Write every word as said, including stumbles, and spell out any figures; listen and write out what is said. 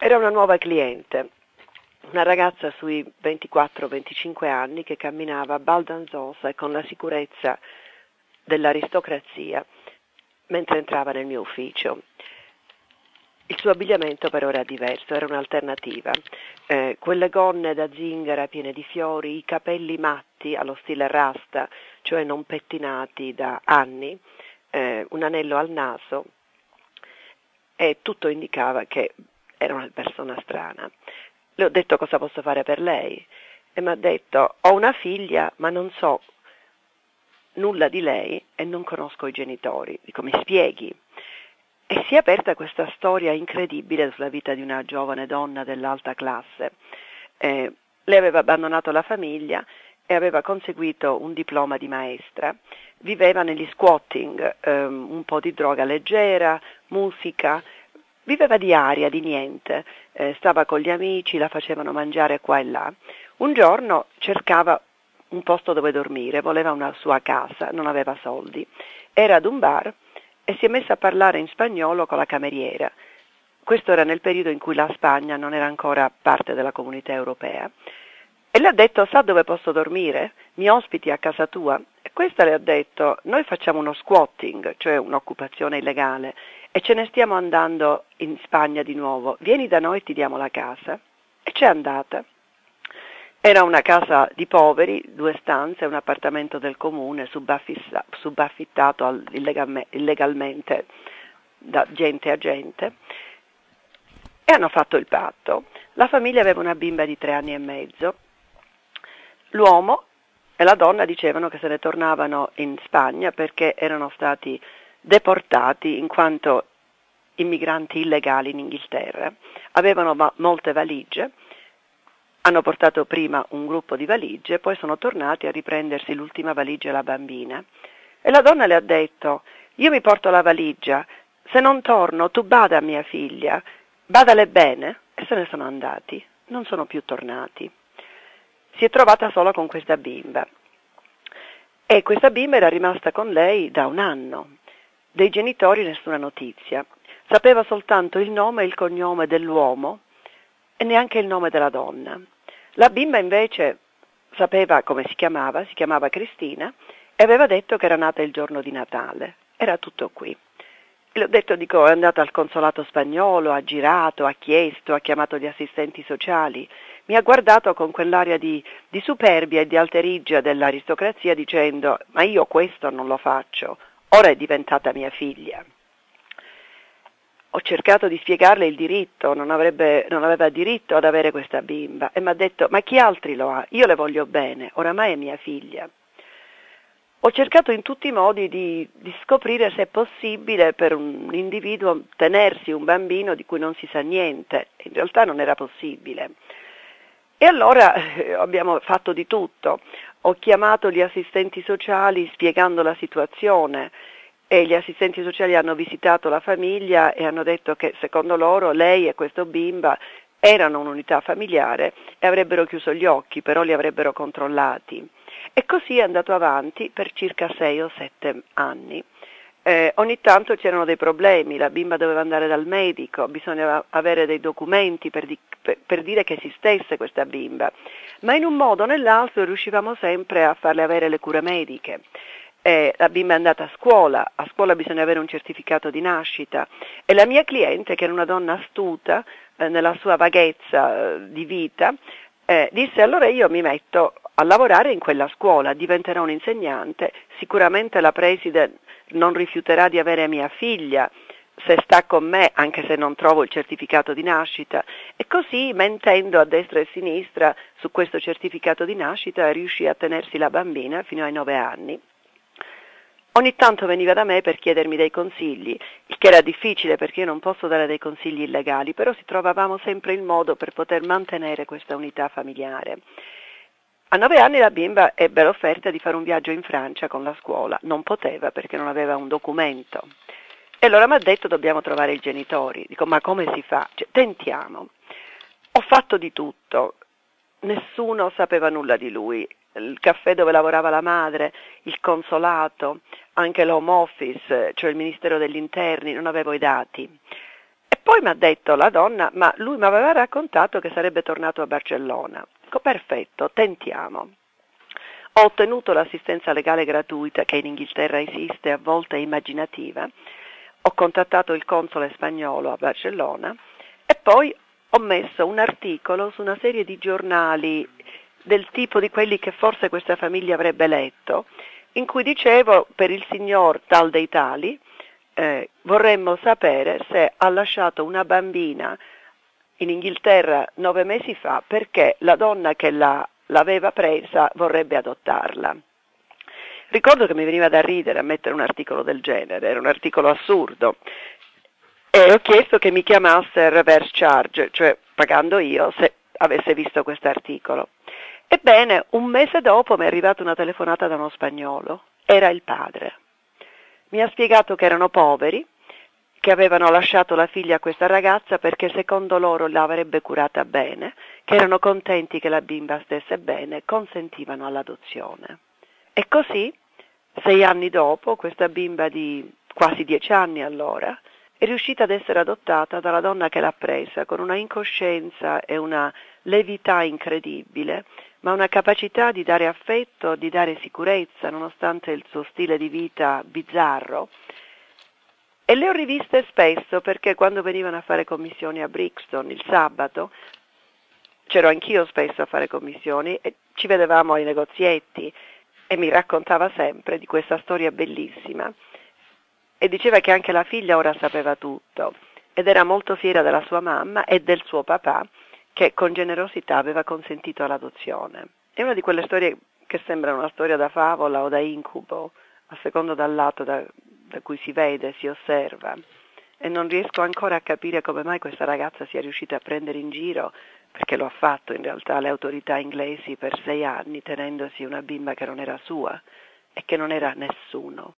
Era una nuova cliente, una ragazza sui ventiquattro venticinque anni che camminava baldanzosa e con la sicurezza dell'aristocrazia mentre entrava nel mio ufficio. Il suo abbigliamento però era diverso, era un'alternativa. Eh, quelle gonne da zingara piene di fiori, i capelli matti allo stile rasta, cioè non pettinati da anni, eh, un anello al naso, e tutto indicava che era una persona strana. Le ho detto cosa posso fare per lei e mi ha detto: ho una figlia ma non so nulla di lei e non conosco i genitori. Dico: mi spieghi? E si è aperta questa storia incredibile sulla vita di una giovane donna dell'alta classe. Eh, lei aveva abbandonato la famiglia e aveva conseguito un diploma di maestra, viveva negli squatting, ehm, un po' di droga leggera, musica, viveva di aria, di niente, eh, stava con gli amici, la facevano mangiare qua e là. Un giorno cercava un posto dove dormire, voleva una sua casa, non aveva soldi, era ad un bar e si è messa a parlare in spagnolo con la cameriera. Questo era nel periodo in cui la Spagna non era ancora parte della comunità europea. E le ha detto: sa dove posso dormire? Mi ospiti a casa tua? E questa le ha detto: noi facciamo uno squatting, cioè un'occupazione illegale, e ce ne stiamo andando in Spagna di nuovo. Vieni da noi e ti diamo la casa. E c'è andata. Era una casa di poveri, due stanze, un appartamento del comune, subaffittato illegalmente da gente a gente, e hanno fatto il patto. La famiglia aveva una bimba di tre anni e mezzo. L'uomo e la donna dicevano che se ne tornavano in Spagna perché erano stati deportati in quanto immigranti illegali in Inghilterra. Avevano ma- molte valigie. Hanno portato prima un gruppo di valigie, poi sono tornati a riprendersi l'ultima valigia e la bambina. E la donna le ha detto: io mi porto la valigia, se non torno tu bada a mia figlia, badale bene. E se ne sono andati, non sono più tornati. Si è trovata sola con questa bimba. E questa bimba era rimasta con lei da un anno. Dei genitori nessuna notizia. Sapeva soltanto il nome e il cognome dell'uomo e neanche il nome della donna. La bimba invece sapeva come si chiamava, si chiamava Cristina, e aveva detto che era nata il giorno di Natale. Era tutto qui. Le ho detto, dico, è andata al consolato spagnolo, ha girato, ha chiesto, ha chiamato gli assistenti sociali. Mi ha guardato con quell'aria di, di superbia e di alterigia dell'aristocrazia dicendo: ma io questo non lo faccio, ora è diventata mia figlia. Ho cercato di spiegarle il diritto, non, avrebbe, non aveva diritto ad avere questa bimba, e mi ha detto: ma chi altri lo ha? Io le voglio bene, oramai è mia figlia. Ho cercato in tutti i modi di, di scoprire se è possibile per un individuo tenersi un bambino di cui non si sa niente. In realtà non era possibile. E allora eh, abbiamo fatto di tutto. Ho chiamato gli assistenti sociali spiegando la situazione, e gli assistenti sociali hanno visitato la famiglia e hanno detto che secondo loro lei e questo bimba erano un'unità familiare e avrebbero chiuso gli occhi, però li avrebbero controllati. E così è andato avanti per circa sei o sette anni. Eh, ogni tanto c'erano dei problemi, la bimba doveva andare dal medico, bisognava avere dei documenti per, di, per, per dire che esistesse questa bimba, ma in un modo o nell'altro riuscivamo sempre a farle avere le cure mediche. Eh, la bimba è andata a scuola, a scuola bisogna avere un certificato di nascita, e la mia cliente, che era una donna astuta eh, nella sua vaghezza eh, di vita, eh, disse: allora io mi metto a lavorare in quella scuola, diventerò un insegnante, sicuramente la preside non rifiuterà di avere mia figlia se sta con me, anche se non trovo il certificato di nascita. E così, mentendo a destra e a sinistra su questo certificato di nascita, riuscì a tenersi la bambina fino ai nove anni. Ogni tanto veniva da me per chiedermi dei consigli, il che era difficile perché io non posso dare dei consigli illegali, però si trovavamo sempre il modo per poter mantenere questa unità familiare. A nove anni la bimba ebbe l'offerta di fare un viaggio in Francia con la scuola, non poteva perché non aveva un documento. E allora mi ha detto: dobbiamo trovare i genitori. Dico: ma come si fa? Cioè, tentiamo. Ho fatto di tutto, nessuno sapeva nulla di lui. Il caffè dove lavorava la madre, il consolato, anche l'home office, cioè il Ministero degli Interni, non avevo i dati. E poi mi ha detto la donna, ma lui mi aveva raccontato che sarebbe tornato a Barcellona. Dico, perfetto, tentiamo. Ho ottenuto l'assistenza legale gratuita che in Inghilterra esiste, a volte è immaginativa. Ho contattato il console spagnolo a Barcellona e poi ho messo un articolo su una serie di giornali del tipo di quelli che forse questa famiglia avrebbe letto, in cui dicevo per il signor tal dei tali, eh, vorremmo sapere se ha lasciato una bambina in Inghilterra nove mesi fa perché la donna che la, l'aveva presa vorrebbe adottarla. Ricordo che mi veniva da ridere a mettere un articolo del genere, era un articolo assurdo, e ho chiesto che mi chiamasse reverse charge, cioè pagando io se avesse visto questo articolo. Ebbene, un mese dopo mi è arrivata una telefonata da uno spagnolo, era il padre. Mi ha spiegato che erano poveri, che avevano lasciato la figlia a questa ragazza perché secondo loro l'avrebbe curata bene, che erano contenti che la bimba stesse bene, consentivano all'adozione. E così, sei anni dopo, questa bimba di quasi dieci anni allora, è riuscita ad essere adottata dalla donna che l'ha presa con una incoscienza e una levità incredibile, ma una capacità di dare affetto, di dare sicurezza, nonostante il suo stile di vita bizzarro. E le ho riviste spesso perché quando venivano a fare commissioni a Brixton il sabato, c'ero anch'io spesso a fare commissioni e ci vedevamo ai negozietti e mi raccontava sempre di questa storia bellissima e diceva che anche la figlia ora sapeva tutto ed era molto fiera della sua mamma e del suo papà che con generosità aveva consentito l'adozione. È una di quelle storie che sembrano una storia da favola o da incubo, a secondo dal lato da, da cui si vede, si osserva, e non riesco ancora a capire come mai questa ragazza sia riuscita a prendere in giro, perché lo ha fatto in realtà le autorità inglesi per sei anni, tenendosi una bimba che non era sua e che non era nessuno.